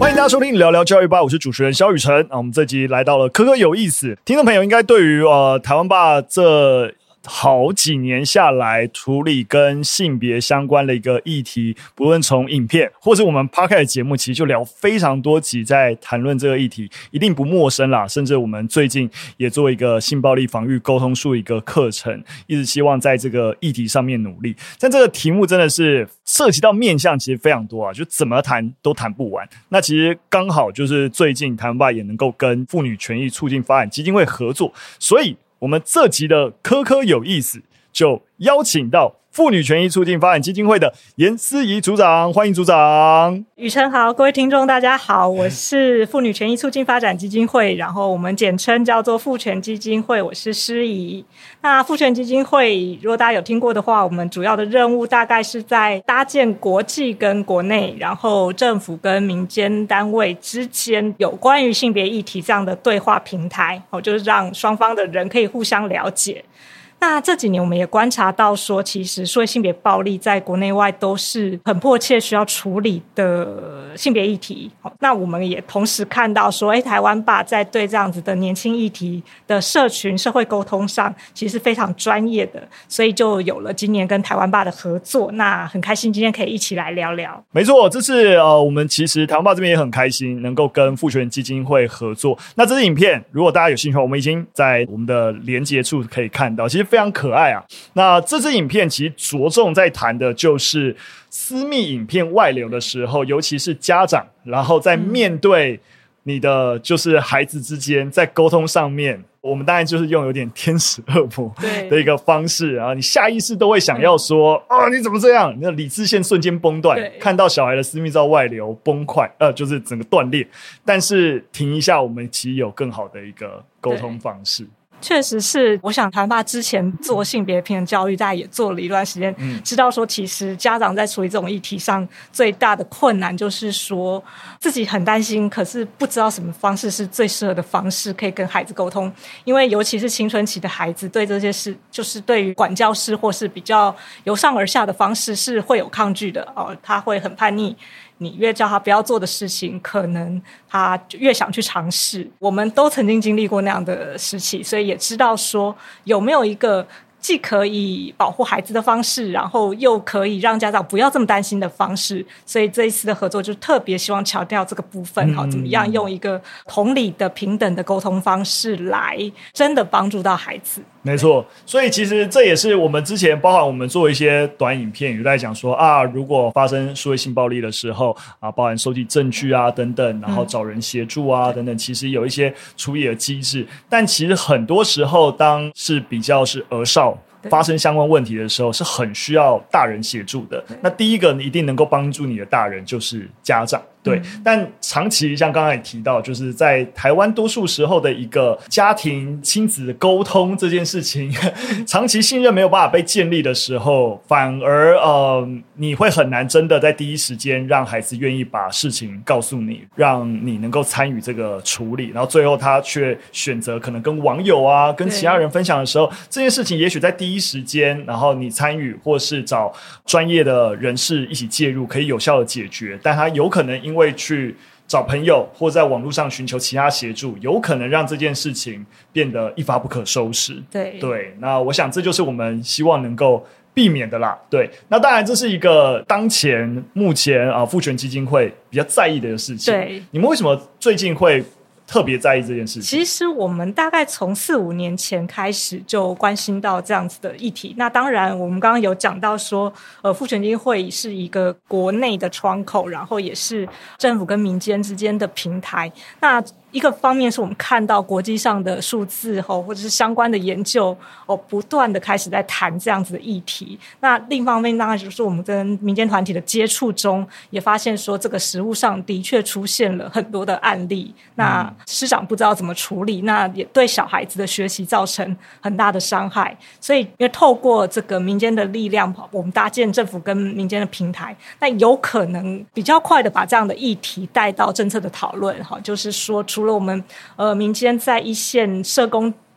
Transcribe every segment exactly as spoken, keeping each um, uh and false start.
欢迎大家收听聊聊教育吧，我是主持人萧雨晨。那我们这集来到了科科有意思，听众朋友应该对于呃台湾吧这好几年下来处理跟性别相关的一个议题，不论从影片或是我们 Podcast 的节目，其实就聊非常多集在谈论这个议题，一定不陌生啦。甚至我们最近也做一个性暴力防御沟通术一个课程，一直希望在这个议题上面努力。但这个题目真的是涉及到面向其实非常多啊，就怎么谈都谈不完。那其实刚好就是最近台湾吧也能够跟妇女权益促进发展基金会合作，所以我们这集的科科有意思就邀请到妇女权益促进发展基金会的严思怡组长，欢迎组长。 雨晨好，各位听众大家好，我是妇女权益促进发展基金会，然后我们简称叫做妇权基金会，我是思怡。那妇权基金会如果大家有听过的话，我们主要的任务大概是在搭建国际跟国内，然后政府跟民间单位之间有关于性别议题这样的对话平台，就是让双方的人可以互相了解。那这几年我们也观察到说，其实社会性别暴力在国内外都是很迫切需要处理的性别议题。那我们也同时看到说，哎，台湾吧在对这样子的年轻议题的社群社会沟通上其实是非常专业的，所以就有了今年跟台湾吧的合作。那很开心今天可以一起来聊聊。 没错，这是呃我们其实台湾吧这边也很开心能够跟妇权基金会合作。那这支影片如果大家有兴趣，我们已经在我们的连结处可以看到，其实非常可爱啊。那这支影片其实着重在谈的就是私密影片外流的时候，尤其是家长然后在面对你的就是孩子之间在沟通上面，我们当然就是用有点天使恶魔的一个方式啊，你下意识都会想要说啊、哦，你怎么这样？你的理智线瞬间崩断，看到小孩的私密照外流崩溃，呃，就是整个断裂。但是停一下，我们其实有更好的一个沟通方式。 确实是，我想台湾吧之前做性别平等教育，大家也做了一段时间、嗯、知道说其实家长在处理这种议题上最大的困难就是说自己很担心，可是不知道什么方式是最适合的方式可以跟孩子沟通，因为尤其是青春期的孩子对这些事，就是对于管教式或是比较由上而下的方式是会有抗拒的、哦、他会很叛逆，你越叫他不要做的事情，可能他越想去尝试。我们都曾经经历过那样的时期，所以也知道说有没有一个既可以保护孩子的方式，然后又可以让家长不要这么担心的方式。所以这一次的合作就特别希望强调这个部分、嗯、怎么样用一个同理的平等的沟通方式来真的帮助到孩子。 没错，所以其实这也是我们之前包含我们做一些短影片有在讲说啊，如果发生社会性暴力的时候啊，包含收集证据啊等等，然后找人协助啊、嗯、等等，其实有一些处理的机制。但其实很多时候当是比较是儿少发生相关问题的时候，是很需要大人协助的。那第一个一定能够帮助你的大人就是家长，对、嗯、但长期像刚才也提到，就是在台湾多数时候的一个家庭亲子的沟通这件事情长期信任没有办法被建立的时候，反而呃你会很难真的在第一时间让孩子愿意把事情告诉你，让你能够参与这个处理，然后最后他却选择可能跟网友啊跟其他人分享的时候，这件事情也许在第一时间然后你参与或是找专业的人士一起介入可以有效的解决，但他有可能因为去找朋友或在网络上寻求其他协助，有可能让这件事情变得一发不可收拾。 对对，那我想这就是我们希望能够避免的啦。对，那当然这是一个当前目前啊妇权基金会比较在意的事情。 对， 你们为什么最近会特别在意这件事情？ 其实我们大概从四五年前开始就关心到这样子的议题。那当然我们刚刚有讲到说呃，妇权基金会是一个国内的窗口，然后也是政府跟民间之间的平台。那一个方面是我们看到国际上的数字或者是相关的研究不断的开始在谈这样子的议题。那另一方面当然就是我们跟民间团体的接触中也发现说这个实务上的确出现了很多的案例，那师长不知道怎么处理，那也对小孩子的学习造成很大的伤害。所以因为透过这个民间的力量，我们搭建政府跟民间的平台，那有可能比较快的把这样的议题带到政策的讨论，就是说除了我们呃民间在一线社工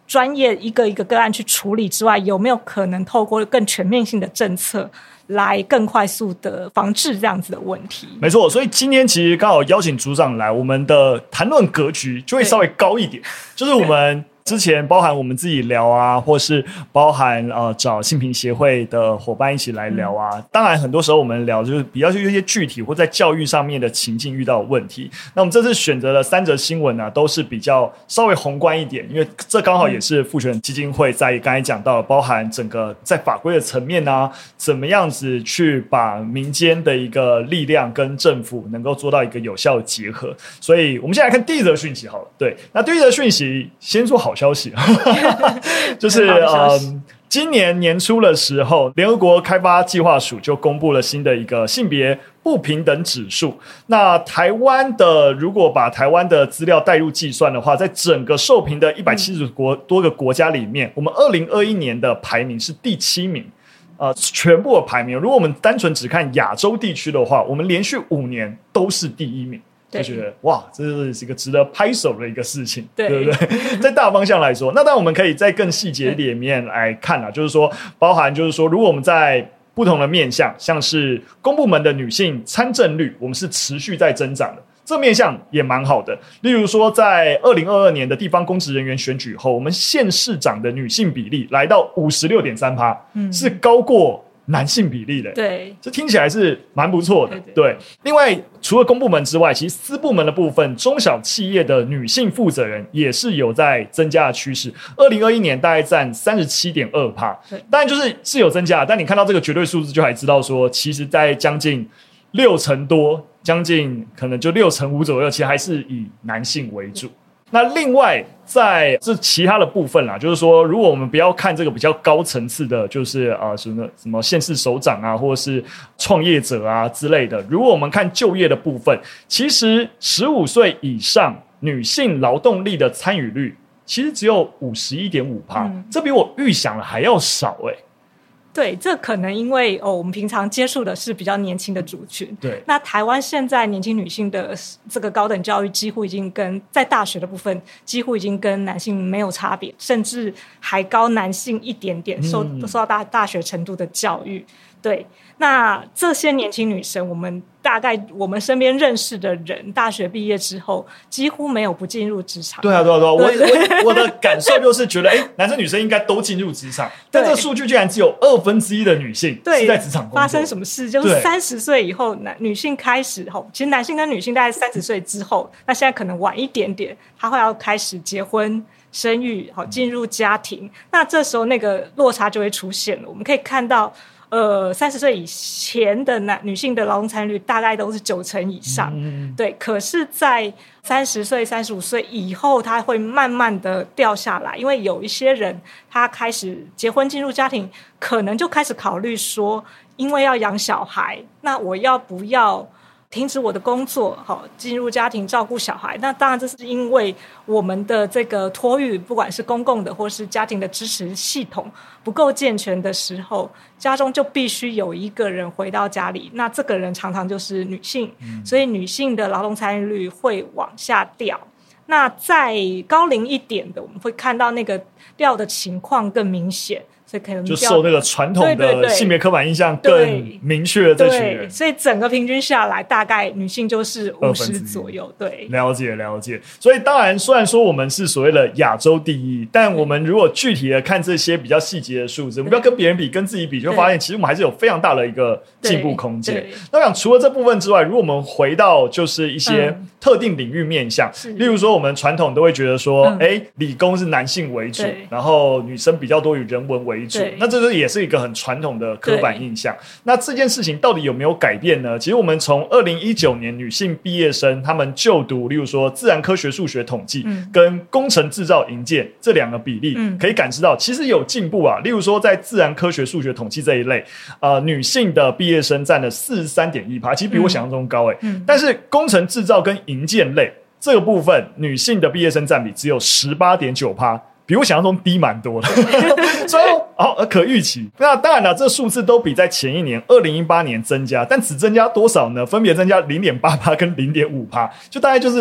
专业一个一个个案去处理之外，有没有可能透过更全面性的政策来更快速的防治这样子的问题？ 没错，所以今天其实刚好邀请组长来，我们的谈论格局就会稍微高一点，就是我们之前包含我们自己聊啊，或是包含呃找性平协会的伙伴一起来聊啊、嗯、当然很多时候我们聊就是比较有一些具体或在教育上面的情境遇到的问题。那我们这次选择了三则新闻啊，都是比较稍微宏观一点，因为这刚好也是妇权基金会在刚才讲到的，包含整个在法规的层面啊，怎么样子去把民间的一个力量跟政府能够做到一个有效的结合。所以我们先来看第一则讯息好了。对，那第一则讯息先说好消息就是呃，今年年初的时候，联合国开发计划署就公布了新的一个性别不平等指数。那台湾的，如果把台湾的资料带入计算的话，在整个受评的一百七十多个国家里面，我们二零二一年的排名是第七名。呃，全部的排名，如果我们单纯只看亚洲地区的话，我们连续五年都是第一名。就觉得哇，这是一个值得拍手的一个事情， 对, 对不对？在大方向来说，那当然我们可以在更细节里面来看啦，就是说，包含就是说，如果我们在不同的面向，像是公部门的女性参政率，我们是持续在增长的，这面向也蛮好的。例如说，在二零二二年的地方公职人员选举后，我们县市长的女性比例来到 百分之五十六点三， 是高过男性比例的， 对， 这听起来是蛮不错的。对, 对, 对，另外除了公部门之外，其实私部门的部分，中小企业的女性负责人也是有在增加的趋势。二零二一年大概占 百分之三十七点二， 当然就是是有增加，但你看到这个绝对数字就还知道说，其实在将近六成多，将近可能就六成五左右，其实还是以男性为主。那另外在这其他的部分啦，就是说如果我们不要看这个比较高层次的，就是呃什么什么县市首长啊，或者是创业者啊之类的，如果我们看就业的部分，其实十五岁以上女性劳动力的参与率其实只有 百分之五十一点五， 这比我预想的还要少欸。 对，这可能因为哦，我们平常接触的是比较年轻的族群。 对， 那台湾现在年轻女性的这个高等教育几乎已经跟在大学的部分几乎已经跟男性没有差别，甚至还高男性一点点，受受到大大学程度的教育。对，那这些年轻女生，我们大概我们身边认识的人，大学毕业之后几乎没有不进入职场。 对啊，对啊，对啊，对我我我的感受就是觉得，哎，男生女生应该都进入职场，但这个数据居然只有二分之一的女性是在职场工作。 发生什么事？就是三十岁以后，男女性开始后，其实男性跟女性大概三十岁之后，那现在可能晚一点点，他会要开始结婚。生育好，进入家庭，那这时候那个落差就会出现了。我们可以看到，呃，三十岁以前的男女性的劳动参与率大概都是九成以上，嗯、对。可是，在三十岁、三十五岁以后，它会慢慢的掉下来，因为有一些人他开始结婚进入家庭，可能就开始考虑说，因为要养小孩，那我要不要停止我的工作，好进入家庭照顾小孩？那当然这是因为我们的这个托育，不管是公共的或是家庭的支持系统不够健全的时候，家中就必须有一个人回到家里，那这个人常常就是女性，嗯、所以女性的劳动参与率会往下掉。那在高龄一点的，我们会看到那个掉的情况更明显。所以可能就受那个传统的性别刻板印象更明确的这群人， 所以整个平均下来，大概女性就是五十左右。对， 了解了解。所以当然，虽然说我们是所谓的亚洲第一，但我们如果具体的看这些比较细节的数字，我们不要跟别人比，跟自己比，就会发现其实我们还是有非常大的一个进步空间。那我想除了这部分之外，如果我们回到就是一些特定领域面向，嗯、例如说我们传统都会觉得说，哎、嗯，理工是男性为主，然后女生比较多以人文为主。那这也是一个很传统的刻板印象。那这件事情到底有没有改变呢？其实我们从二零一九年女性毕业生他们就读例如说自然科学数学统计、嗯、跟工程制造营建这两个比例、嗯、可以感知到其实有进步啊。例如说在自然科学数学统计这一类、呃、女性的毕业生占了 百分之四十三点一， 其实比我想象中高、欸嗯、但是工程制造跟营建类这个部分女性的毕业生占比只有 百分之十八点九，比我想象中低蛮多的所以、哦、可预期。那当然了，这数字都比在前一年二零一八年增加，但只增加多少呢？分别增加 零点八 跟 零点五， 就大概就是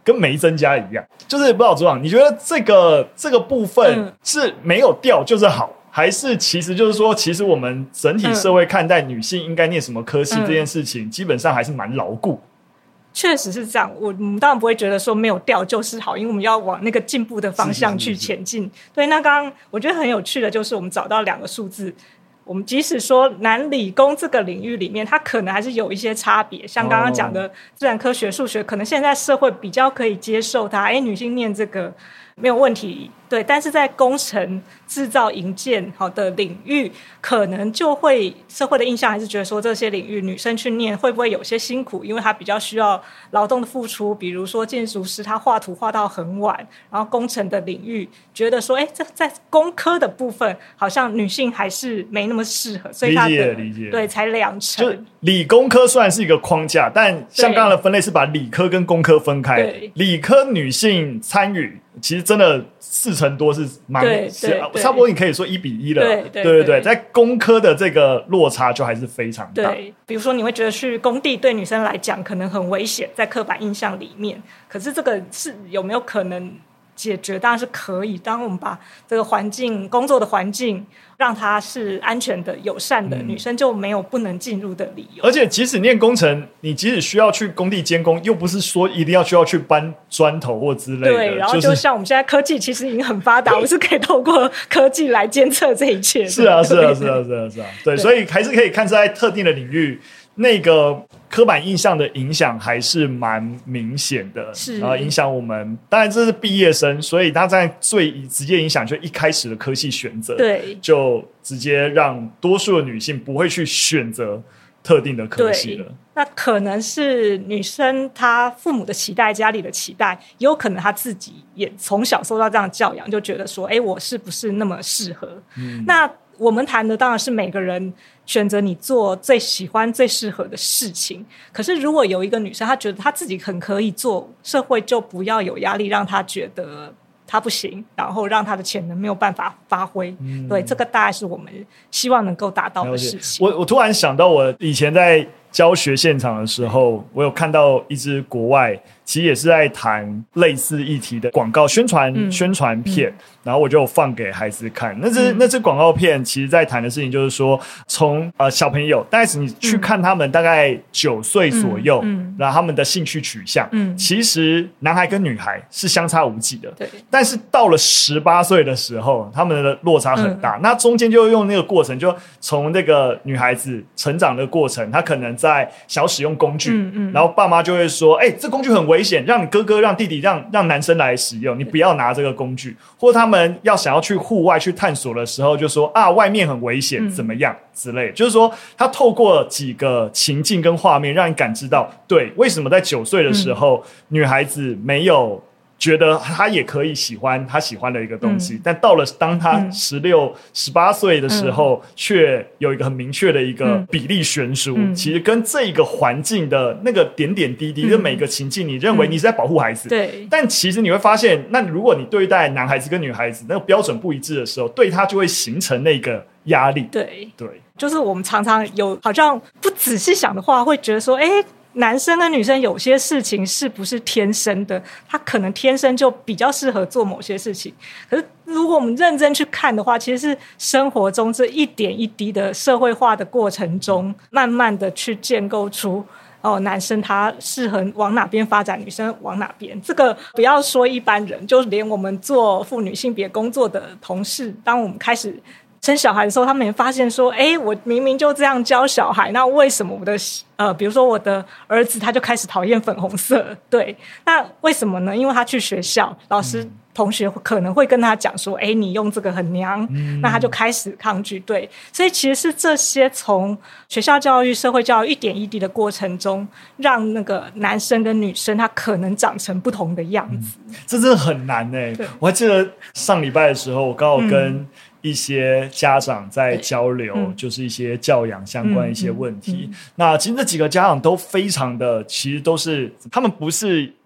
跟没增加一样。就是不知道组长，你觉得这个这个部分是没有掉就是好？嗯，还是其实就是说，其实我们整体社会看待女性应该念什么科系这件事情，嗯，基本上还是蛮牢固。 确实是这样，我们当然不会觉得说没有掉就是好，因为我们要往那个进步的方向去前进。对，那刚刚我觉得很有趣的就是我们找到两个数字，我们即使说男理工这个领域里面，它可能还是有一些差别，像刚刚讲的自然科学、数学，可能现在社会比较可以接受它，哎，女性念这个没有问题。对，但是在工程、制造、营建好的领域，可能就会社会的印象还是觉得说这些领域女生去念会不会有些辛苦，因为它比较需要劳动的付出，比如说建筑师他画图画到很晚，然后工程的领域觉得说，哎，这在工科的部分好像女性还是没那么适合，所以他的理解理解对才两成。 就理工科虽然是一个框架，但像刚刚的分类是把理科跟工科分开，理科女性参与其实真的四成多是蛮， 对对对， 差不多你可以说一比一了。 对对 对, 对, 对，在工科的这个落差就还是非常大。 对，比如说你会觉得去工地对女生来讲可能很危险，在刻板印象里面，可是这个是有没有可能解决？当然是可以。当我们把这个环境、工作的环境让它是安全的、友善的，嗯，女生就没有不能进入的理由。 而且即使念工程，你即使需要去工地监工，又不是说一定要需要去搬砖头或之类的。 对，然后就像我们现在科技其实已经很发达，我们是可以透过科技来监测这一切的。 是啊，是啊，是啊，是啊，是啊。对，所以还是可以看在特定的领域，那个刻板印象的影响还是蛮明显的， 是， 然后影响我们。当然这是毕业生，所以他在最直接影响就一开始的科系选择， 对， 就直接让多数的女性不会去选择特定的科系了。 那可能是女生她父母的期待、家里的期待，也有可能她自己也从小受到这样的教养，就觉得说，哎，我是不是那么适合？嗯，那我们谈的当然是每个人选择你做最喜欢最适合的事情，可是如果有一个女生她觉得她自己很可以做，社会就不要有压力让她觉得她不行，然后让她的潜能没有办法发挥。嗯，对，这个大概是我们希望能够达到的事情。 我我突然想到，我以前在教学现场的时候，我有看到一支国外其实也是在谈类似议题的广告宣传、嗯、宣传片、嗯，然后我就放给孩子看。那支、嗯、那支广告片其实在谈的事情就是说，从呃小朋友，大概是你去看他们大概九岁左右、嗯，然后他们的兴趣取向，嗯，其实男孩跟女孩是相差无几的， 对。 但是到了十八岁的时候，他们的落差很大。嗯、那中间就用那个过程，就从那个女孩子成长的过程，她可能在想要使用工具，嗯嗯，然后爸妈就会说：“哎、欸，这工具很危险，让你哥哥、让弟弟、让让男生来使用，你不要拿这个工具。”或者他们要想要去户外去探索的时候，就说：“啊，外面很危险，怎么样？”之类，就是说，他透过几个情境跟画面，让你感知到，对，为什么在九岁的时候、嗯，女孩子没有觉得她也可以喜欢她喜欢的一个东西，嗯、但到了当她十六、十八岁的时候、嗯，却有一个很明确的一个比例悬殊、嗯。其实跟这个环境的那个点点滴滴，跟、嗯、每个情境，你认为你是在保护孩子，对、嗯，但其实你会发现，那如果你对待男孩子跟女孩子那个标准不一致的时候，对他就会形成那个压力。 对对， 就是我们常常有好像不仔细想的话，会觉得说，哎。男生跟女生有些事情是不是天生的，他可能天生就比较适合做某些事情，可是如果我们认真去看的话，其实是生活中这一点一滴的社会化的过程中，慢慢的去建构出哦，男生他适合往哪边发展，女生往哪边。这个不要说一般人，就连我们做妇女性别工作的同事，当我们开始生小孩的时候，他们也发现说，哎，我明明就这样教小孩，那为什么我的呃，比如说我的儿子他就开始讨厌粉红色？对，那为什么呢？因为他去学校，老师、嗯、同学可能会跟他讲说，哎，你用这个很娘、嗯，那他就开始抗拒。对，所以其实是这些从学校教育、社会教育一点一滴的过程中，让那个男生跟女生他可能长成不同的样子。 嗯、这真的很难哎！我还记得上礼拜的时候，我刚好跟、嗯一些家长在交流、嗯、就是一些教养相关一些问题、嗯嗯嗯、那其实这几个家长都非常的其实都是他们不是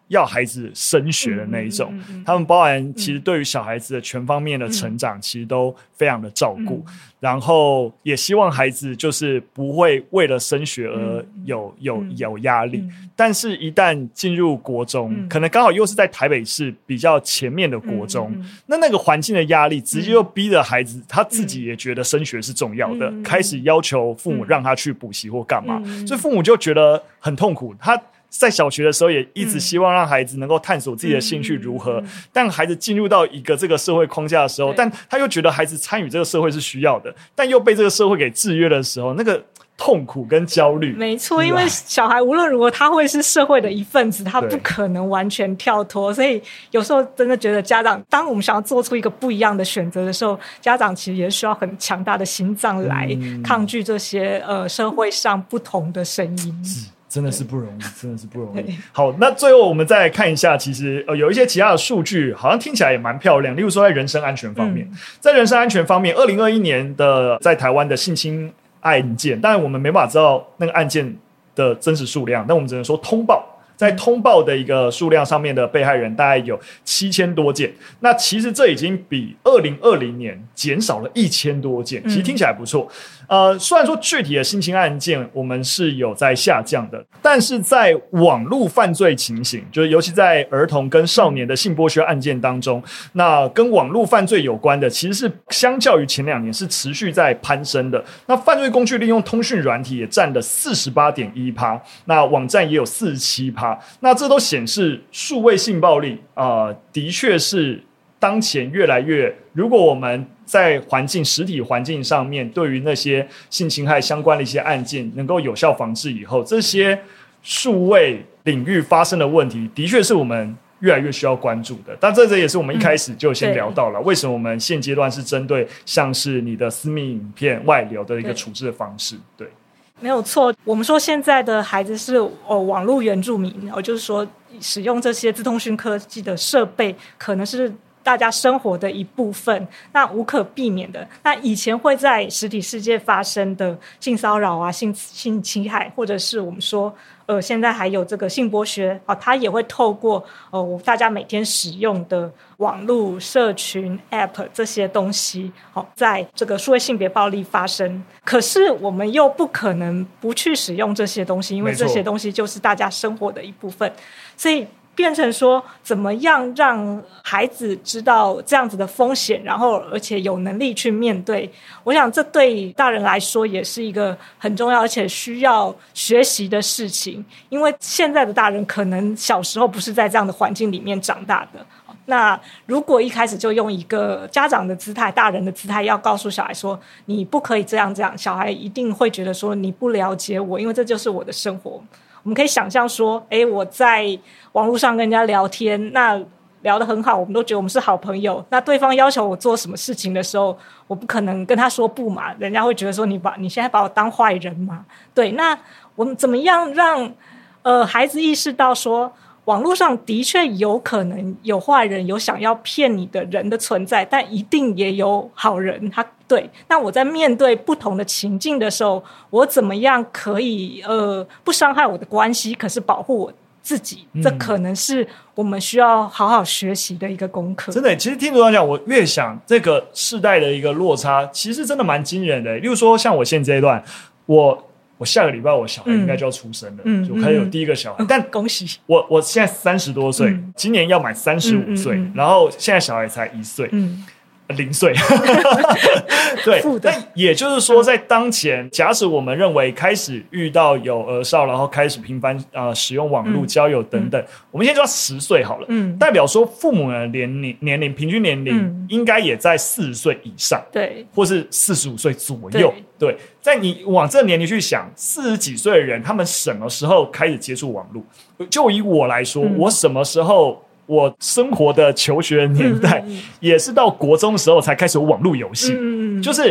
要孩子升学的那一种，嗯嗯嗯嗯，他们包含其实对于小孩子的全方面的成长其实都非常的照顾，嗯，然后也希望孩子就是不会为了升学而有有有压力，嗯，但是一旦进入国中，嗯，可能刚好又是在台北市比较前面的国中，嗯嗯，那那个环境的压力直接就逼着孩子他自己也觉得升学是重要的，嗯，开始要求父母让他去补习或干嘛，嗯，所以父母就觉得很痛苦，他在小学的时候也一直希望让孩子能够探索自己的兴趣如何，嗯，但孩子进入到一个这个社会框架的时候，但他又觉得孩子参与这个社会是需要的，但又被这个社会给制约的时候，那个痛苦跟焦虑。 没错，因为小孩无论如何他会是社会的一份子，他不可能完全跳脱，所以有时候真的觉得家长当我们想要做出一个不一样的选择的时候，家长其实也需要很强大的心脏来抗拒这些，嗯，呃社会上不同的声音。 是真的是不容易，真的是不容易。好，那最后我们再来看一下，其实呃有一些其他的数据，好像听起来也蛮漂亮。例如说，在人身安全方面，嗯、在人身安全方面，二零二一年的在台湾的性侵案件，当然我们没办法知道那个案件的真实数量，但我们只能说通报。在通报的一个数量上面的被害人大概有七千多件，那其实这已经比二零二零年减少了一千多件，其实听起来不错。嗯、呃，虽然说具体的性侵案件我们是有在下降的，但是在网络犯罪情形，就是尤其在儿童跟少年的性剥削案件当中，那跟网络犯罪有关的，其实是相较于前两年是持续在攀升的。那犯罪工具利用通讯软体也占了 百分之四十八点一， 那网站也有 百分之四十七。那这都显示数位性暴力呃，的确是当前越来越，如果我们在环境实体环境上面对于那些性侵害相关的一些案件能够有效防治以后，这些数位领域发生的问题的确是我们越来越需要关注的。但这这也是我们一开始就先聊到了，嗯、为什么我们现阶段是针对像是你的私密影片外流的一个处置的方式。对， 没有错，我们说现在的孩子是、哦、网络原住民，哦，就是说使用这些资通讯科技的设备可能是大家生活的一部分，那无可避免的。那以前会在实体世界发生的性骚扰啊、性性侵害，或者是我们说呃，现在还有这个性剥削啊，它也会透过呃大家每天使用的网络社群 App 这些东西，好、哦，在这个数位性别暴力发生。可是我们又不可能不去使用这些东西，因为这些东西就是大家生活的一部分，所以变成说怎么样让孩子知道这样子的风险，然后而且有能力去面对，我想这对大人来说也是一个很重要而且需要学习的事情，因为现在的大人可能小时候不是在这样的环境里面长大的。那如果一开始就用一个家长的姿态、大人的姿态要告诉小孩说你不可以这样这样，小孩一定会觉得说你不了解我，因为这就是我的生活。我们可以想象说，诶，我在网络上跟人家聊天，那聊得很好，我们都觉得我们是好朋友，那对方要求我做什么事情的时候，我不可能跟他说不嘛，人家会觉得说你把你现在把我当坏人嘛。对，那我们怎么样让呃孩子意识到说网络上的确有可能有坏人，有想要骗你的人的存在，但一定也有好人。他对，那我在面对不同的情境的时候，我怎么样可以呃不伤害我的关系，可是保护我自己？嗯、这可能是我们需要好好学习的一个功课。 真的，其实听组长讲，我越想这个世代的一个落差，其实真的蛮惊人的。例如说，像我现在这一段，我。我下个礼拜我小孩应该就要出生了，嗯、就开始有第一个小孩。嗯、但恭喜我，我现在三十多岁，嗯、今年要满三十五岁，嗯嗯嗯、然后现在小孩才一岁。嗯零岁对，那也就是说在当前、嗯、假使我们认为开始遇到有儿少，然后开始频繁、呃、使用网络、嗯、交友等等、嗯、我们现在就要十岁好了、嗯、代表说父母的年龄年龄平均年龄、嗯、应该也在四十岁以上，对，或是四十五岁左右。 对, 对，在你往这个年龄去想，四十几岁的人他们什么时候开始接触网络？就以我来说、嗯、我什么时候我生活的求学年代、嗯、也是到国中的时候才开始有网络游戏、嗯、就是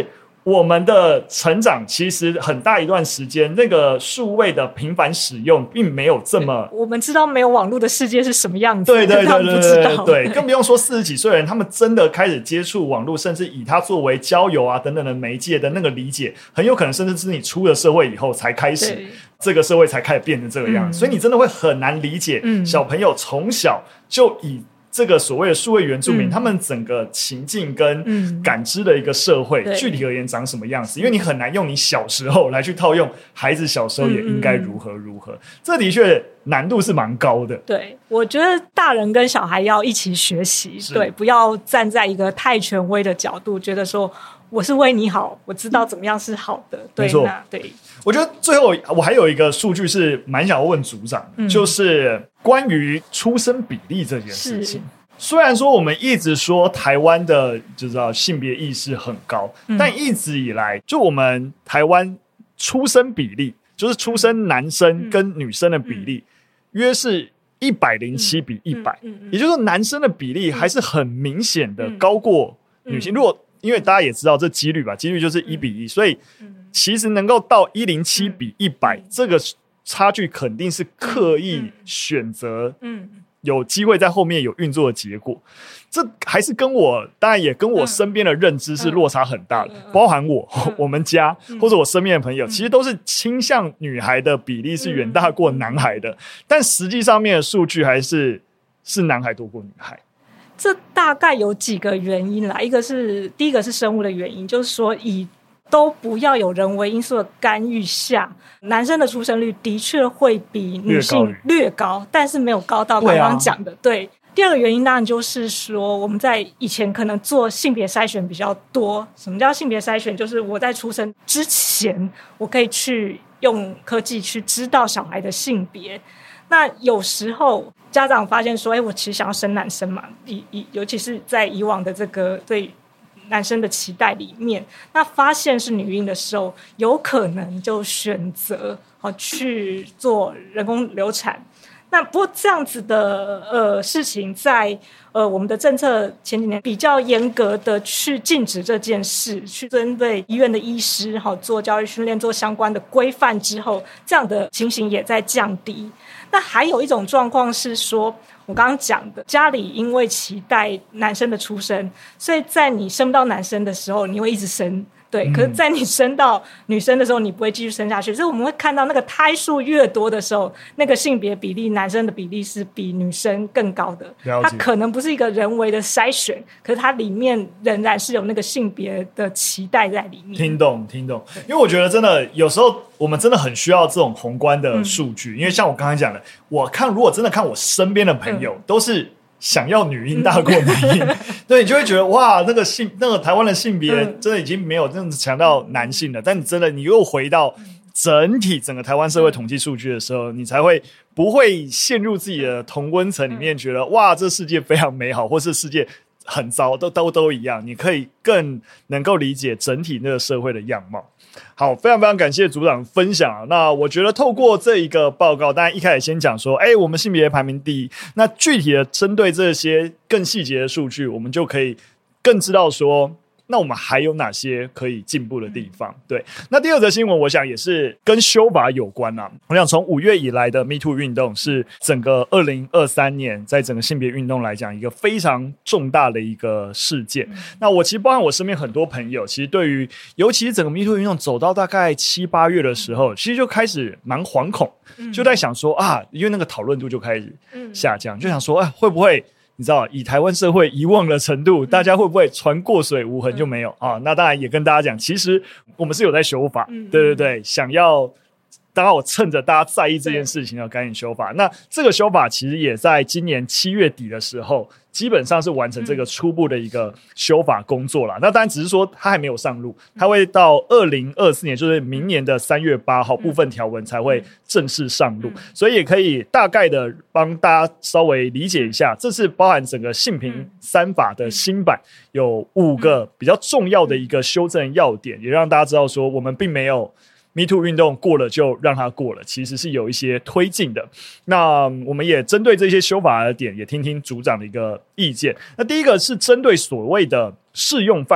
我们的成长其实很大一段时间，那个数位的频繁使用并没有这么， 我们知道没有网络的世界是什么样子， 对对对对对对对, 对，更不用说四十几岁的人，他们真的开始接触网络，甚至以它作为交友啊等等的媒介的那个理解，很有可能甚至是你出了社会以后才开始，这个社会才开始变成这个样子、嗯、所以你真的会很难理解、嗯、小朋友从小就以这个所谓的数位原住民、嗯、他们整个情境跟感知的一个社会、嗯、具体而言长什么样子，因为你很难用你小时候来去套用孩子小时候也应该如何如何、嗯、这的确难度是蛮高的。 对，我觉得大人跟小孩要一起学习，对，不要站在一个太权威的角度觉得说我是为你好，我知道怎么样是好的、嗯、对，没错，对。 我觉得最后我还有一个数据是蛮想要问组长、嗯、就是关于出生比例这件事情。虽然说我们一直说台湾的就知道性别意识很高、嗯、但一直以来就我们台湾出生比例，就是出生男生跟女生的比例、嗯、约是一百零七比一百、嗯嗯嗯、也就是说男生的比例还是很明显的高过女性、嗯嗯、如果因为大家也知道这几率吧，几率就是一比一、嗯、所以其实能够到一百零七比一百、嗯、这个差距肯定是刻意选择有机会在后面有运作的结果，这还是跟我当然也跟我身边的认知是落差很大的、嗯、包含我、嗯、我们家、嗯、或者我身边的朋友、嗯、其实都是倾向女孩的比例是远大过男孩的、嗯、但实际上面的数据还是是男孩多过女孩。 这大概有几个原因啦，一个是第一个是生物的原因，就是说以都不要有人为因素的干预下，男生的出生率的确会比女性略高，但是没有高到刚刚讲的 对,、啊、对。第二个原因当然就是说我们在以前可能做性别筛选比较多。什么叫性别筛选？就是我在出生之前我可以去用科技去知道小孩的性别。那有时候家长发现说哎，我其实想要生男生嘛，以以尤其是在以往的这个对男生的期待里面，那发现是女婴的时候，有可能就选择、哦、去做人工流产。那不过这样子的呃事情在呃我们的政策前几年比较严格的去禁止这件事，去针对医院的医师、哦、做教育训练，做相关的规范之后，这样的情形也在降低。那还有一种状况是说我刚刚讲的，家里因为期待男生的出生，所以在你生不到男生的时候你会一直生，对、嗯、可是在你生到女生的时候你不会继续生下去，所以我们会看到那个胎数越多的时候，那个性别比例男生的比例是比女生更高的。它可能不是一个人为的筛选，可是它里面仍然是有那个性别的期待在里面。 听懂听懂。因为我觉得真的有时候我们真的很需要这种宏观的数据、嗯、因为像我刚才讲的，我看如果真的看我身边的朋友、嗯、都是想要女婴大过男婴、嗯、对，你就会觉得哇，那个性那个台湾的性别真的已经没有这样子强调男性了、嗯、但你真的你又回到整体整个台湾社会统计数据的时候、嗯、你才会不会陷入自己的同温层里面觉得、嗯、哇这世界非常美好，或是世界很糟，都都都一样，你可以更能够理解整体那个社会的样貌。好，非常非常感谢组长分享、啊、那我觉得透过这一个报告，当然一开始先讲说哎，我们性别排名第一，那具体的针对这些更细节的数据，我们就可以更知道说那我们还有哪些可以进步的地方。对，那第二则新闻我想也是跟修法有关啊。我想从五月以来的 Me Too 运动是整个二零二三年在整个性别运动来讲一个非常重大的一个事件、嗯、那我其实包含我身边很多朋友，其实对于尤其是整个 Me Too 运动走到大概七八月的时候、嗯、其实就开始蛮惶恐、嗯、就在想说啊，因为那个讨论度就开始下降、嗯、就想说啊，会不会你知道以台湾社会遗忘的程度、嗯、大家会不会船过水无痕就没有、嗯、啊？那当然也跟大家讲，其实我们是有在修法、嗯、对对对，想要当然我趁着大家在意这件事情要赶紧修法。那这个修法其实也在今年七月底的时候基本上是完成这个初步的一个修法工作啦、嗯、那当然只是说它还没有上路，它会到二零二四年就是明年的三月八号部分条文才会正式上路、嗯、所以也可以大概的帮大家稍微理解一下，这是包含整个性平三法的新版有五个比较重要的一个修正要点，也让大家知道说我们并没有Me Too 运动过了就让它过了，其实是有一些推进的。那我们也针对这些修法的点也听听组长的一个意见。那第一个是针对所谓的适用范围，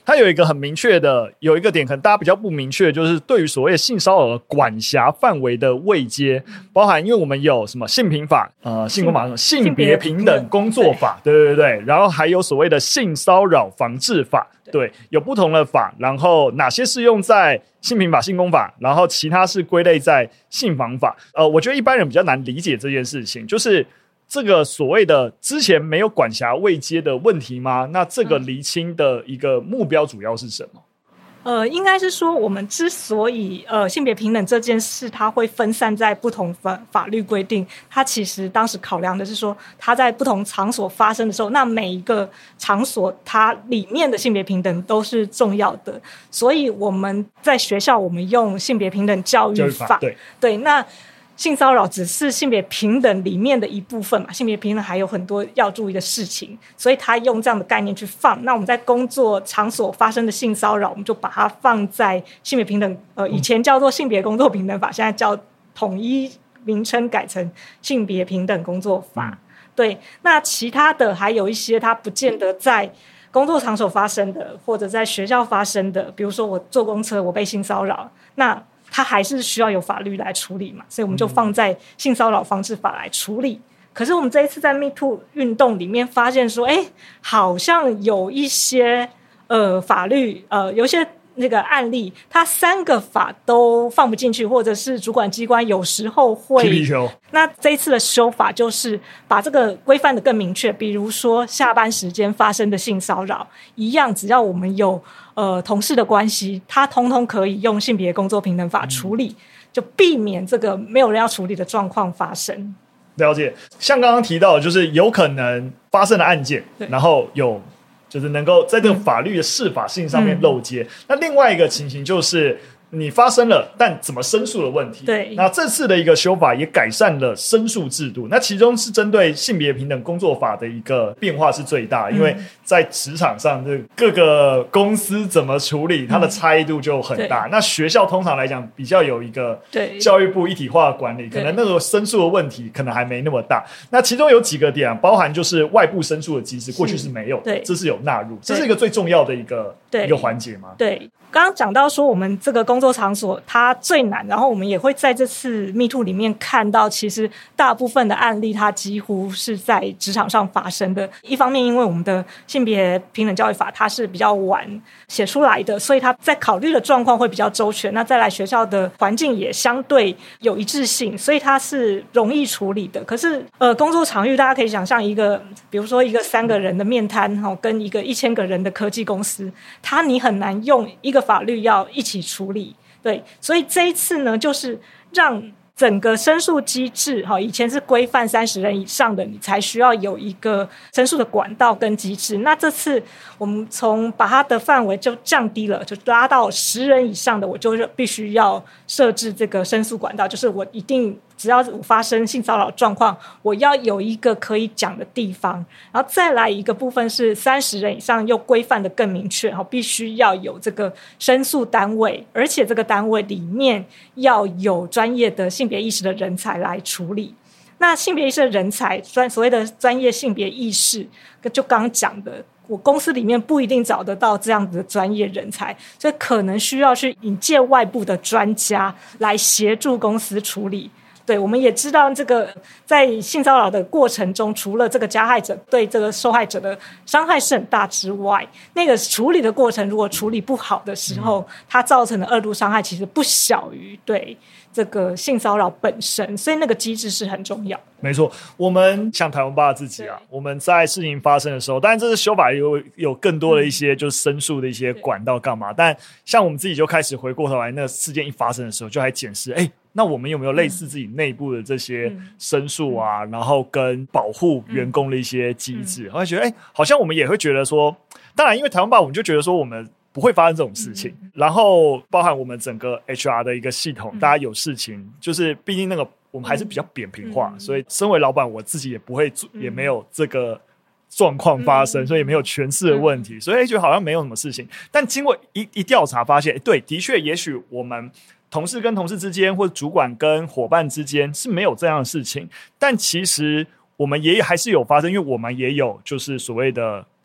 它有一个很明确的，有一个点可能大家比较不明确，就是对于所谓的性骚扰的管辖范围的位阶，包含因为我们有什么性平法、呃性工法、性别平等工作法，对对对对，然后还有所谓的性骚扰防治法，对，有不同的法，然后哪些适用在性平法、性工法，然后其他是归类在性防法。呃，我觉得一般人比较难理解这件事情，就是这个所谓的之前没有管辖位阶的问题吗？那这个厘清的一个目标主要是什么？ 呃，应该是说我们之所以呃性别平等这件事它会分散在不同法法律规定，它其实当时考量的是说它在不同场所发生的时候，那每一个场所它里面的性别平等都是重要的，所以我们在学校我们用性别平等教育法， 对对，那性骚扰只是性别平等里面的一部分嘛，性别平等还有很多要注意的事情，所以他用这样的概念去放。那我们在工作场所发生的性骚扰，我们就把它放在性别平等，呃，以前叫做性别工作平等法，现在叫统一名称改成性别平等工作法。对，那其他的还有一些，它不见得在工作场所发生的，或者在学校发生的，比如说我坐公车我被性骚扰，那它还是需要有法律来处理嘛，所以我们就放在性骚扰防治法来处理。嗯、可是我们这一次在 Me Too 运动里面发现说，哎，好像有一些呃法律呃有一些那个案例，它三个法都放不进去，或者是主管机关有时候会。那这一次的修法就是把这个规范的更明确，比如说下班时间发生的性骚扰，一样只要我们有呃同事的关系，它通通可以用性别工作平等法处理，嗯、就避免这个没有人要处理的状况发生。 了解，像刚刚提到的，就是有可能发生的案件，然后有。就是能够在这个法律的适法性上面漏接、嗯、那另外一个情形就是你发生了但怎么申诉的问题。 对， 那这次的一个修法也改善了申诉制度，那其中是针对性别平等工作法的一个变化是最大，因为在职场上这各个公司怎么处理它的差异度就很大、嗯、那学校通常来讲比较有一个教育部一体化的管理，可能那个申诉的问题可能还没那么大。那其中有几个点、啊、包含就是外部申诉的机制过去是没有的，这是有纳入，这是一个最重要的一个一个环节吗？ 对，刚刚讲到说我们这个工作场所它最难，然后我们也会在这次 Me Too 里面看到其实大部分的案例它几乎是在职场上发生的。一方面因为我们的性别平等教育法它是比较晚写出来的，所以它在考虑的状况会比较周全，那再来学校的环境也相对有一致性，所以它是容易处理的。可是呃，工作场域大家可以想象一个比如说一个三个人的面摊、哦、跟一个一千个人的科技公司，它你很难用一个法律要一起处理。对，所以这一次呢，就是让整个申诉机制，以前是规范三十人以上的，你才需要有一个申诉的管道跟机制。那这次我们从把它的范围就降低了，就拉到十人以上的，我就必须要设置这个申诉管道，就是我一定只要我发生性骚扰状况，我要有一个可以讲的地方。然后再来一个部分是三十人以上又规范的更明确，必须要有这个申诉单位，而且这个单位里面要有专业的性别意识的人才来处理。那性别意识的人才，所谓的专业性别意识，就刚刚讲的，我公司里面不一定找得到这样子的专业人才，所以可能需要去引荐外部的专家来协助公司处理。对，我们也知道这个在性骚扰的过程中，除了这个加害者对这个受害者的伤害是很大之外，那个处理的过程如果处理不好的时候，它造成的二度伤害其实不小于对这个性骚扰本身，所以那个机制是很重要。没错，我们像台湾吧自己啊，我们在事情发生的时候，当然这是修法有有更多的一些就是申诉的一些管道干嘛，但像我们自己就开始回过头来，那个事件一发生的时候，就还检视，哎，那我们有没有类似自己内部的这些申诉啊、嗯、然后跟保护员工的一些机制，我、嗯、觉得哎，好像我们也会觉得说，当然因为台湾吧我们就觉得说我们不会发生这种事情、嗯、然后包含我们整个 H R 的一个系统、嗯、大家有事情就是毕竟那个我们还是比较扁平化、嗯、所以身为老板我自己也不会、嗯、也没有这个状况发生、嗯、所以也没有权势的问题、嗯、所以觉得好像没有什么事情，但经过一一调查发现，对，的确也许我们同事跟同事之间或者主管跟伙伴之间是没有这样的事情，但其实我们也还是有发生，因为我们也有就是所谓的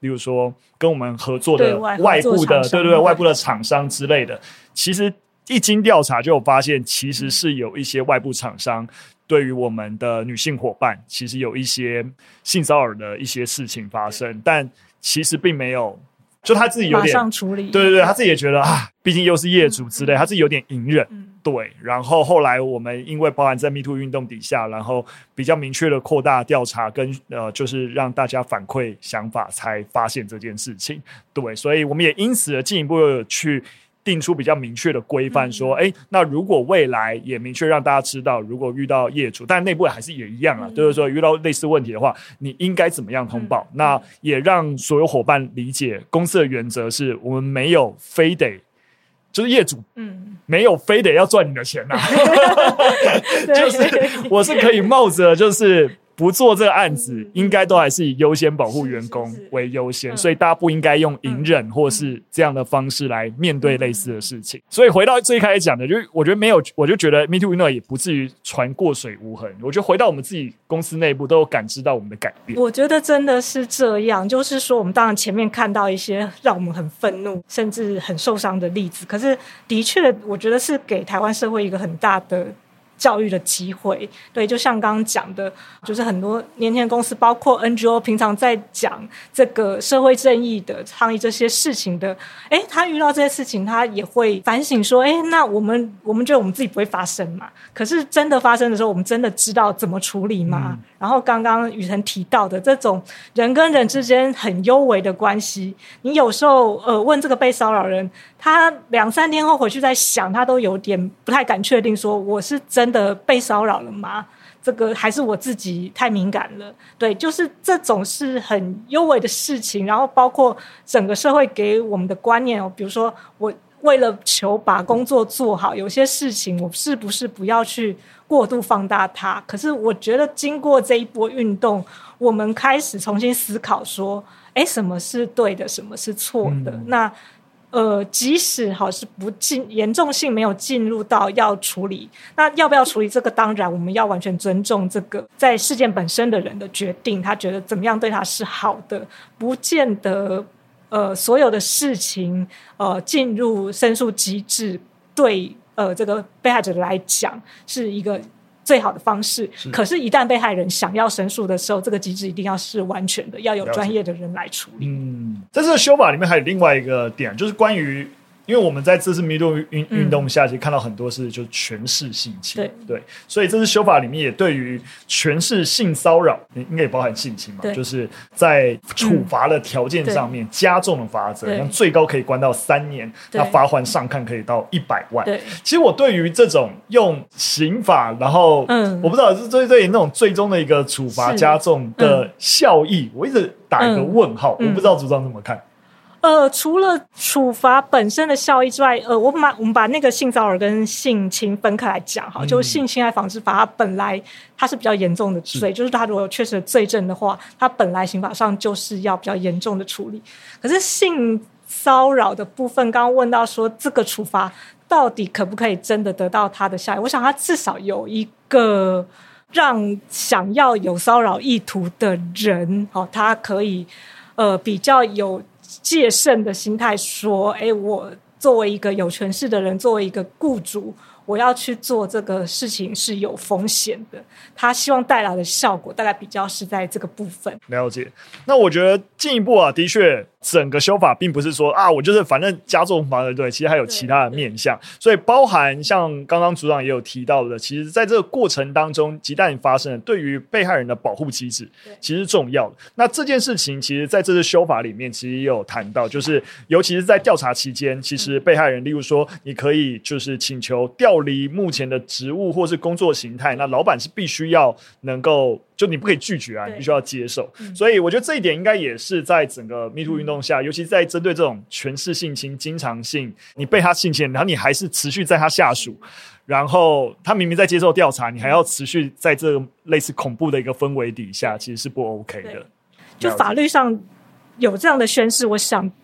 比如说跟我们合作的外外部的对对对外部的厂厂商之类的，其实一经调查就有发现，其实是有一些外部厂商对于我们的女性伙伴，其实有一些性骚扰的一些事情发生，但其实并没有，就他自己有点马上处理， 对对对，他自己也觉得啊，毕竟又是业主之类，嗯、他自己有点隐忍。嗯对，然后后来我们因为包含在 Me Too 运动底下，然后比较明确的扩大调查跟呃，就是让大家反馈想法，才发现这件事情。对，所以我们也因此的进一步有去定出比较明确的规范，说，哎、嗯，那如果未来也明确让大家知道，如果遇到业主，但内部还是也一样啊，嗯、就是说遇到类似问题的话，你应该怎么样通报？嗯、那也让所有伙伴理解，公司的原则是我们没有非得。就是业主，嗯，没有非得要赚你的钱呐、啊，就是我是可以冒着就是不做这个案子，嗯、应该都还是以优先保护员工为优先，是是是所以大家不应该用隐忍或是这样的方式来面对类似的事情。嗯、所以回到最开始讲的，就是我觉得没有，我就觉得 Me Too 运动也不至于船过水无痕。我觉得回到我们自己公司内部，都有感知到我们的改变。 我觉得真的是这样，就是说我们当然前面看到一些让我们很愤怒，甚至很受伤的例子，可是的确，我觉得是给台湾社会一个很大的教育的机会。对，就像刚刚讲的，就是很多年轻的公司，包括 N G O 平常在讲这个社会正义的倡议这些事情的，诶，他遇到这些事情，他也会反省说，诶，那我们我们觉得我们自己不会发生嘛，可是真的发生的时候，我们真的知道怎么处理吗？嗯、然后刚刚宇辰提到的这种人跟人之间很幽微的关系，你有时候呃问这个被骚扰人，他两三天后回去再想，他都有点不太敢确定说我是真的被骚扰了吗？这个还是我自己太敏感了？对，就是这种是很幽微的事情，然后包括整个社会给我们的观念哦，比如说我为了求把工作做好，有些事情我是不是不要去过度放大它？可是我觉得经过这一波运动，我们开始重新思考说，哎，什么是对的，什么是错的？嗯、那呃，即使好是不进严重性没有进入到要处理，那要不要处理这个？当然，我们要完全尊重这个在事件本身的人的决定，他觉得怎么样对他是好的，不见得呃所有的事情呃进入申诉机制对呃这个被害者来讲是一个最好的方式，是可是一旦被害人想要申诉的时候，这个机制一定要是完全的，要有专业的人来处理。嗯， 在这个修法里面还有另外一个点，就是关于，因为我们在这次 Me Too 运运动下，其实看到很多是就权势性侵，对对，所以这次修法里面也对于权势性骚扰，应该也包含性侵嘛，就是在处罚的条件上面加重了罚则，那最高可以关到三年，那罚锾上看可以到一百万。对，其实我对于这种用刑法，然后嗯，我不知道是对对那种最终的一个处罚加重的效益，我一直打一个问号，嗯、我不知道组长怎么看。 呃，除了处罚本身的效益之外，呃，我把我们把那个性骚扰跟性侵分开来讲哈，嗯、就是性侵害防治法，它本来它是比较严重的罪，是就是它如果有确实的罪证的话，它本来刑法上就是要比较严重的处理。可是性骚扰的部分，刚刚问到说这个处罚到底可不可以真的得到它的效益？我想它至少有一个让想要有骚扰意图的人，哦，他可以呃比较有戒慎的心态说，哎，我作为一个有权势的人，作为一个雇主，我要去做这个事情是有风险的，他希望带来的效果大概比较是在这个部分。 了解。那我觉得进一步啊，的确整个修法并不是说啊，我就是反正加重罚的，对，其实还有其他的面向，所以包含像刚刚组长也有提到的，其实在这个过程当中，一旦发生了，对于被害人的保护机制其实是重要的。那这件事情其实在这次修法里面其实也有谈到，就是尤其是在调查期间，其实被害人例如说你可以就是请求调离目前的职务或是工作形态，那老板是必须要能够就你不可以拒绝啊，你必须要接受。所以我觉得这一点应该也是在整个 Me Too 运动下，尤其在针对这种权势性侵、经常性，你被他性侵，然后你还是持续在他下属，然后他明明在接受调查，你还要持续在这个类似恐怖的一个氛围底下，其实是不 OK 的。 就法律上有这样的宣示，我想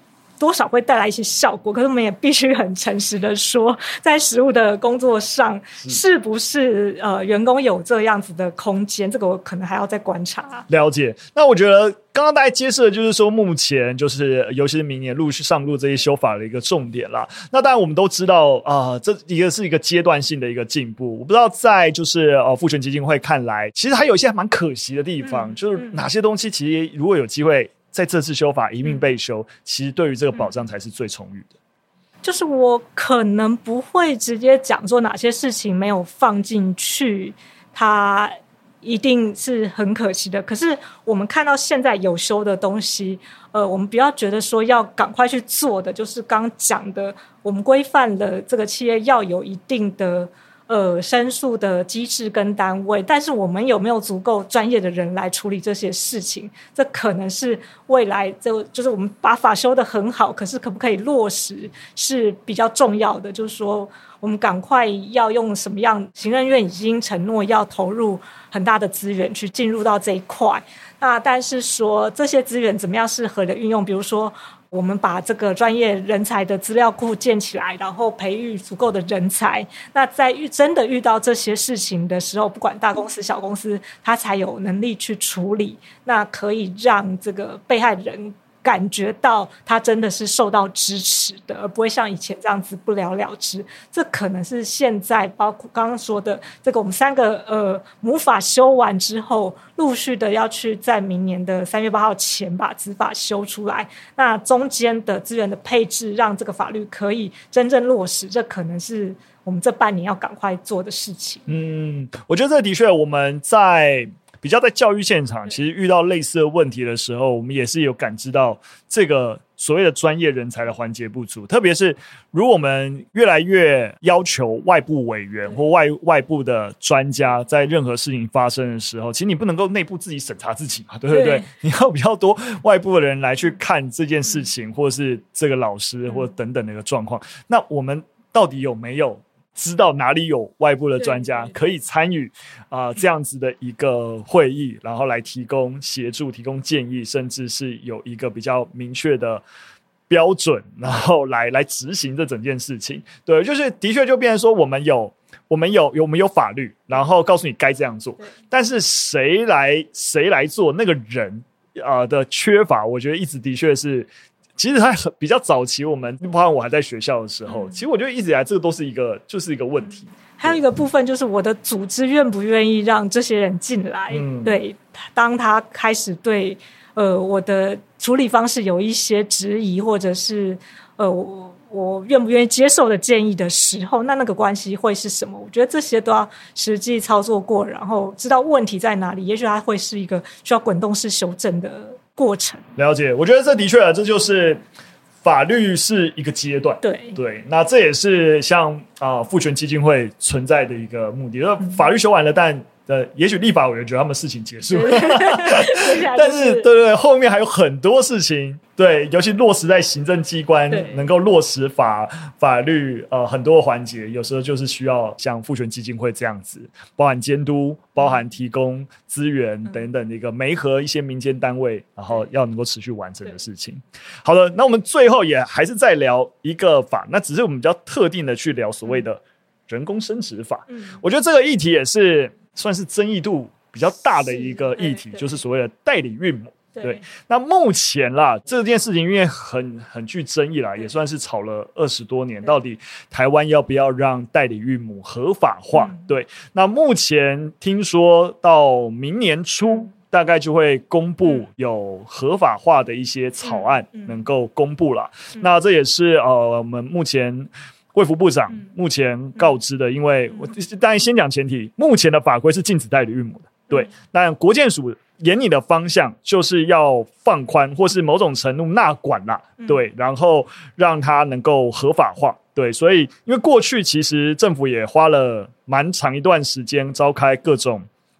多少会带来一些效果，可是我们也必须很诚实的说，在实务的工作上，是不是呃员工有这样子的空间，这个我可能还要再观察。 了解。那我觉得刚刚大家揭示的就是说，目前就是尤其是明年陆续上路这些修法的一个重点啦。那当然我们都知道啊、呃，这一个是一个阶段性的一个进步。我不知道在就是呃妇权基金会看来，其实还有一些蛮可惜的地方，嗯、就是哪些东西其实如果有机会在这次修法一并被修，嗯、其实对于这个保障才是最充裕的。 就是我可能不会直接讲说哪些事情没有放进去，它一定是很可惜的。可是我们看到现在有修的东西，呃，我们不要觉得说要赶快去做的，就是刚讲的，我们规范了这个企业要有一定的呃申诉的机制跟单位，但是我们有没有足够专业的人来处理这些事情，这可能是未来就就是我们把法修得很好，可是可不可以落实是比较重要的。就是说我们赶快要用什么样，行政院已经承诺要投入很大的资源去进入到这一块，那但是说这些资源怎么样适合的运用，比如说我们把这个专业人才的资料库建起来，然后培育足够的人才，那在遇真的遇到这些事情的时候，不管大公司小公司，他才有能力去处理，那可以让这个被害人感觉到他真的是受到支持的，而不会像以前这样子不了了之。这可能是现在包括刚刚说的这个我们三个呃母法修完之后，陆续的要去在明年的三月八号前把子法修出来，那中间的资源的配置让这个法律可以真正落实，这可能是我们这半年要赶快做的事情。 嗯，我觉得这的确我们在比较在教育现场，其实遇到类似的问题的时候，我们也是有感知到这个所谓的专业人才的环节不足，特别是如果我们越来越要求外部委员或外外部的专家在任何事情发生的时候，其实你不能够内部自己审查自己嘛，对不对？对，你要比较多外部的人来去看这件事情，或是这个老师或等等的一个状况。那我们到底有没有知道哪里有外部的专家可以参与啊、呃、这样子的一个会议，然后来提供协助、提供建议，甚至是有一个比较明确的标准，然后来来执行这整件事情。对，就是的确就变成说，我们有我们有我们有法律，然后告诉你该这样做，但是谁来谁来做那个人啊、呃、的缺乏，我觉得一直的确是。其实它比较早期，我们包括我还在学校的时候，嗯、其实我觉得一直以来这个都是一个就是一个问题。 还有一个部分就是我的组织愿不愿意让这些人进来？嗯、对，当他开始对呃我的处理方式有一些质疑，或者是呃我我愿不愿意接受的建议的时候，那那个关系会是什么？我觉得这些都要实际操作过，然后知道问题在哪里。也许它会是一个需要滚动式修正的过程。 了解，我觉得这的确啊，这就是法律是一个阶段。 对对，那这也是像啊妇权基金会存在的一个目的。嗯、法律修完了，但呃，也许立法委员觉得他们事情结束了，但是对对对，后面还有很多事情，对，尤其落实在行政机关能够落实法法律呃很多环节，有时候就是需要像妇权基金会这样子，包含监督、包含提供资源等等的一个媒合一些民间单位，然后要能够持续完成的事情。好的，那我们最后也还是再聊一个法，那只是我们比较特定的去聊所谓的人工生殖法。嗯、我觉得这个议题也是算是争议度比较大的一个议题，是就是所谓的代理孕母。对，对，那目前啦，这件事情因为很很具争议啦，也算是吵了二十多年，到底台湾要不要让代理孕母合法化？嗯、对，那目前听说到明年初，大概就会公布有合法化的一些草案能够公布啦。嗯嗯、那这也是呃我们目前卫福部长目前告知的，因为我当然先讲前提，目前的法规是禁止代理孕母的。对，但国健署研拟的方向就是要放宽或是某种程度纳管啦，对，然后让它能够合法化。对，所以因为过去其实政府也花了蛮长一段时间召开各种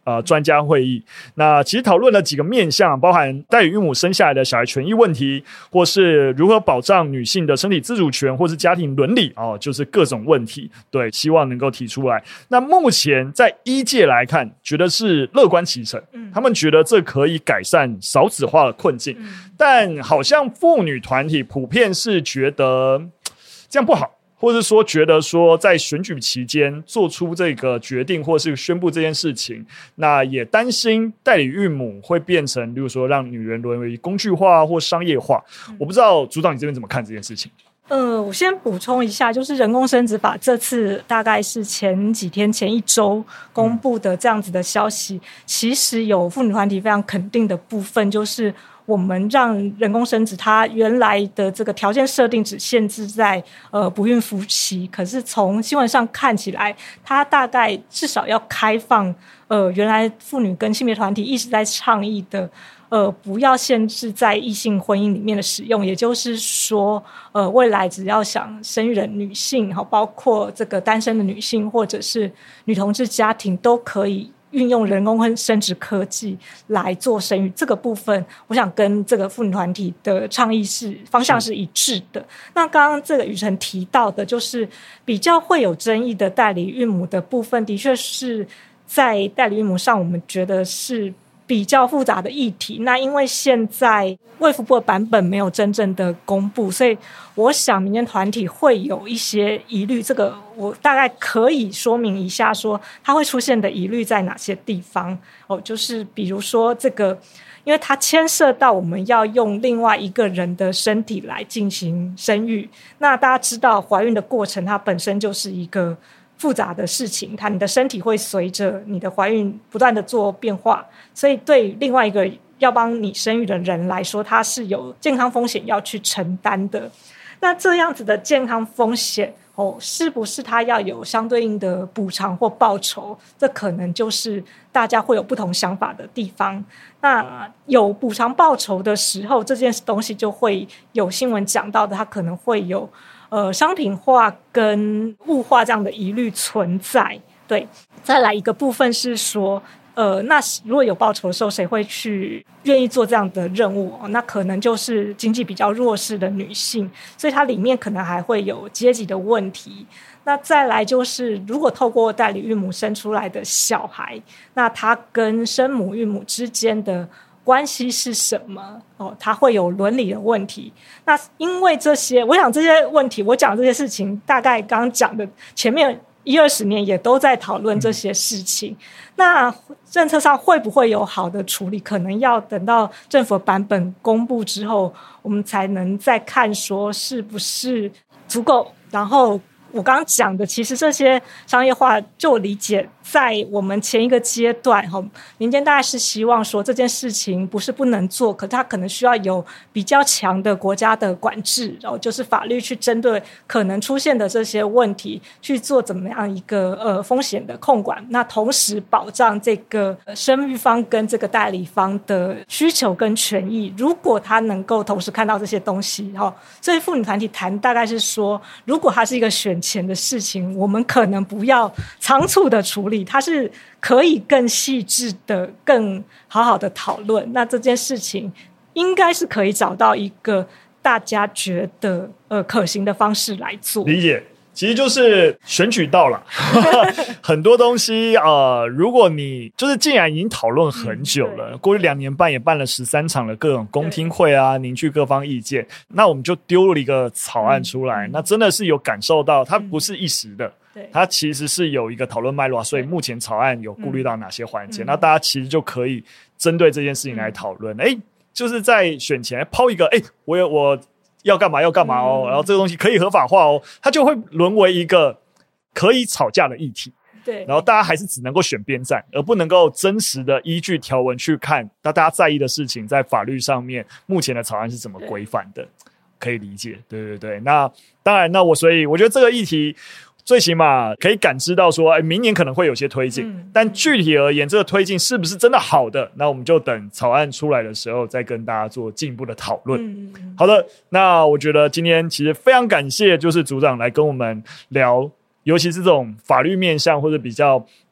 呃，专家会议，那其实讨论了几个面向，包含代理孕母生下来的小孩权益问题，或是如何保障女性的身体自主权，或是家庭伦理哦，就是各种问题，对，希望能够提出来。那目前在医界来看，觉得是乐观其成，嗯，他们觉得这可以改善少子化的困境，嗯，但好像妇女团体普遍是觉得这样不好。或者说觉得说在选举期间做出这个决定或是宣布这件事情，那也担心代理孕母会变成例如说让女人沦为工具化或商业化，嗯，我不知道组长你这边怎么看这件事情。 呃，我先补充一下，就是人工生殖法这次大概是前几天前一周公布的这样子的消息，嗯，其实有妇女团体非常肯定的部分，就是我们让人工生殖它原来的这个条件设定只限制在呃不孕夫妻，可是从新闻上看起来，它大概至少要开放呃原来妇女跟性别团体一直在倡议的呃不要限制在异性婚姻里面的使用，也就是说呃未来只要想生育的女性，包括这个单身的女性或者是女同志家庭都可以运用人工生殖科技来做生育，这个部分我想跟这个妇女团体的倡议是方向是一致的。那刚刚这个宇辰提到的就是比较会有争议的代理孕母的部分，的确是在代理孕母上我们觉得是比较复杂的议题。那因为现在卫福部的版本没有真正的公布，所以我想民间团体会有一些疑虑，这个我大概可以说明一下，说它会出现的疑虑在哪些地方哦，就是比如说这个，因为它牵涉到我们要用另外一个人的身体来进行生育，那大家知道怀孕的过程它本身就是一个复杂的事情，它你的身体会随着你的怀孕不断的做变化，所以对另外一个要帮你生育的人来说，他是有健康风险要去承担的。那这样子的健康风险哦，是不是他要有相对应的补偿或报酬？这可能就是大家会有不同想法的地方。那有补偿报酬的时候，这件东西就会有新闻讲到的，它可能会有呃商品化跟物化这样的疑虑存在。对，再来一个部分是说。呃，那如果有报酬的时候，谁会去愿意做这样的任务？哦，那可能就是经济比较弱势的女性，所以它里面可能还会有阶级的问题。那再来就是，如果透过代理孕母生出来的小孩，那他跟生母孕母之间的关系是什么？哦，它会有伦理的问题。那因为这些，我想这些问题，我讲这些事情，大概刚刚讲的前面一二十年也都在讨论这些事情。那政策上会不会有好的处理，可能要等到政府版本公布之后，我们才能再看说是不是足够。然后我刚刚讲的，其实这些商业化，就我理解，在我们前一个阶段，民间大概是希望说这件事情不是不能做，可是它可能需要有比较强的国家的管制，然后就是法律去针对可能出现的这些问题去做怎么样一个呃风险的控管，那同时保障这个生育方跟这个代理方的需求跟权益。如果他能够同时看到这些东西，所以妇女团体谈大概是说，如果它是一个选钱的事情，我们可能不要仓促的处理，它是可以更细致的更好好的讨论。那这件事情应该是可以找到一个大家觉得呃可行的方式来做。 理解，其实就是选举到了很多东西呃，如果你就是既然已经讨论很久了、嗯、过去两年半也办了十三场的各种公听会啊，凝聚各方意见，那我们就丢了一个草案出来、嗯、那真的是有感受到它不是一时的、嗯、它其实是有一个讨论脉络，所以目前草案有顾虑到哪些环节、嗯、那大家其实就可以针对这件事情来讨论。哎、嗯，就是在选前抛一个哎，我有我要干嘛要干嘛哦、嗯、然后这个东西可以合法化哦，它就会沦为一个可以吵架的议题。 对， 然后大家还是只能够选边站，而不能够真实的依据条文去看那大家在意的事情在法律上面目前的草案是怎么规范的，可以理解。对对对，那当然，那我所以我觉得这个议题最起码可以感知到说，哎，明年可能会有些推进、嗯、但具体而言这个推进是不是真的好的，那我们就等草案出来的时候再跟大家做进一步的讨论、嗯、好的，那我觉得今天其实非常感谢就是组长来跟我们聊，尤其是这种法律面向或者比较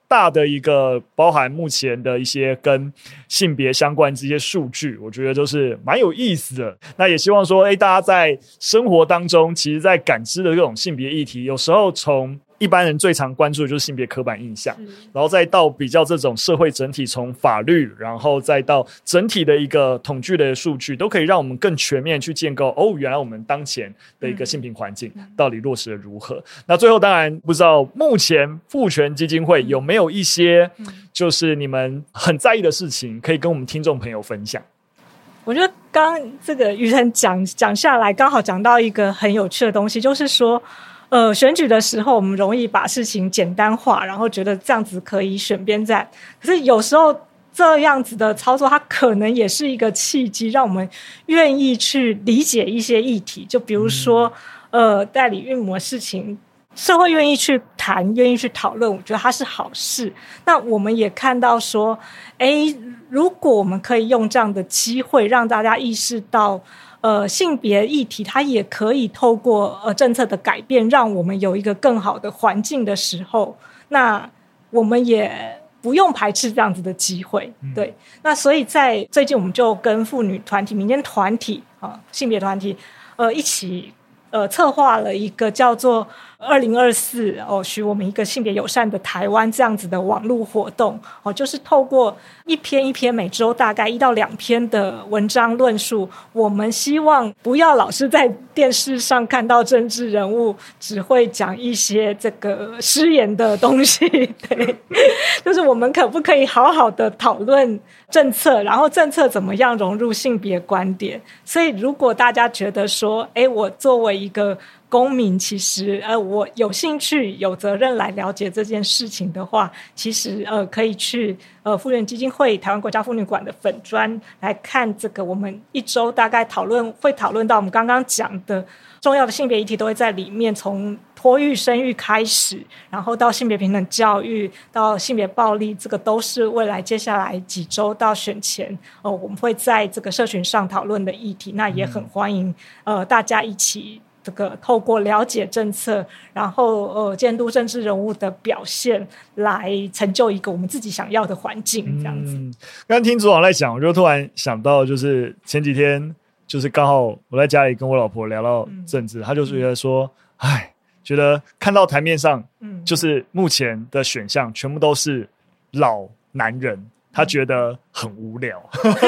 大的一个包含目前的一些跟性别相关这些数据，我觉得都是蛮有意思的。那也希望说，哎，大家在生活当中，其实在感知的这种性别议题，有时候从一般人最常关注的就是性别刻板印象，然后再到比较这种社会整体，从法律，然后再到整体的一个统计的数据，都可以让我们更全面去建构哦，原来我们当前的一个性平环境到底落实的如何。那最后当然不知道目前妇权基金会有没有一些就是你们很在意的事情可以跟我们听众朋友分享。 我觉得刚刚这个于晨讲讲下来，刚好讲到一个很有趣的东西，就是说呃，选举的时候我们容易把事情简单化，然后觉得这样子可以选边站，可是有时候这样子的操作它可能也是一个契机，让我们愿意去理解一些议题，就比如说、嗯、呃，代理孕母的事情社会愿意去谈，愿意去讨论，我觉得它是好事。那我们也看到说，诶，如果我们可以用这样的机会让大家意识到呃，性别议题它也可以透过呃政策的改变让我们有一个更好的环境的时候，那我们也不用排斥这样子的机会。对，那所以在最近我们就跟妇女团体、民间团体啊、性别团体呃一起呃策划了一个叫做二零二四哦，许我们一个性别友善的台湾这样子的网络活动哦，就是透过一篇一篇每周大概一到两篇的文章论述，我们希望不要老是在电视上看到政治人物只会讲一些这个失言的东西，对，就是我们可不可以好好的讨论政策，然后政策怎么样融入性别观点。所以如果大家觉得说，诶，我作为一个公民，其实呃，我有兴趣、有责任来了解这件事情的话，其实呃，可以去呃妇权基金会台湾国家妇女馆的粉专来看这个。我们一周大概讨论会讨论到我们刚刚讲的重要的性别议题，都会在里面，从托育、生育开始，然后到性别平等教育，到性别暴力，这个都是未来接下来几周到选前呃，我们会在这个社群上讨论的议题。那也很欢迎呃大家一起。这个透过了解政策，然后呃监督政治人物的表现，来成就一个我们自己想要的环境，这样子。嗯， 刚刚听组长在讲，我就突然想到，就是前几天，就是刚好我在家里跟我老婆聊到政治，她、嗯、就觉得说，哎，觉得看到台面上，嗯，就是目前的选项全部都是老男人，她觉得很无聊。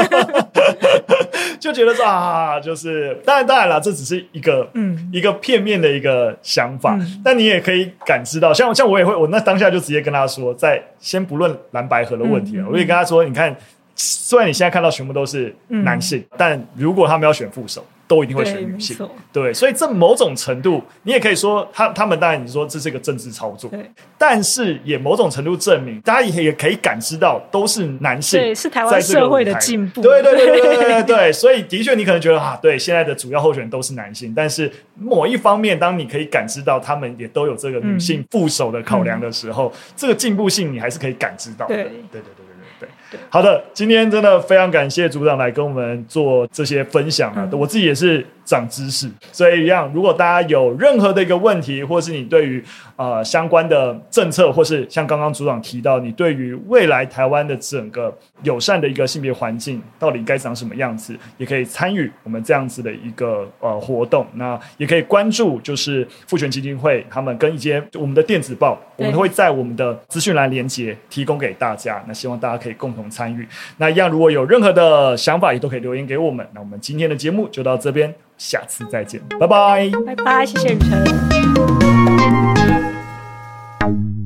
就觉得说啊，就是当然当然啦，这只是一个、嗯、一个片面的一个想法、嗯、但你也可以感知到，像像我也会，我那当下就直接跟他说，在先不论蓝白合的问题了、嗯、我也跟他说，你看虽然你现在看到全部都是男性、嗯、但如果他们要选副手都一定会选女性， 对, 对，所以这某种程度你也可以说他他们当然你说这是一个政治操作，但是也某种程度证明大家也可以感知到都是男性， 对，是台湾社会的进步， 对对对对对对 对, 对所以的确你可能觉得啊，对，现在的主要候选人都是男性，但是某一方面当你可以感知到他们也都有这个女性副手的考量的时候、嗯、这个进步性你还是可以感知到的，对对对对对对，好的，今天真的非常感谢组长来跟我们做这些分享啊、嗯，我自己也是长知识，所以一样，如果大家有任何的一个问题，或是你对于呃相关的政策，或是像刚刚组长提到，你对于未来台湾的整个友善的一个性别环境到底该长什么样子，也可以参与我们这样子的一个呃活动，那也可以关注就是妇权基金会他们跟一些我们的电子报，我们会在我们的资讯栏连结提供给大家，那希望大家可以共同参与。那一样，如果有任何的想法，也都可以留言给我们。那我们今天的节目就到这边，下次再见，拜拜， 拜拜，谢谢雨辰。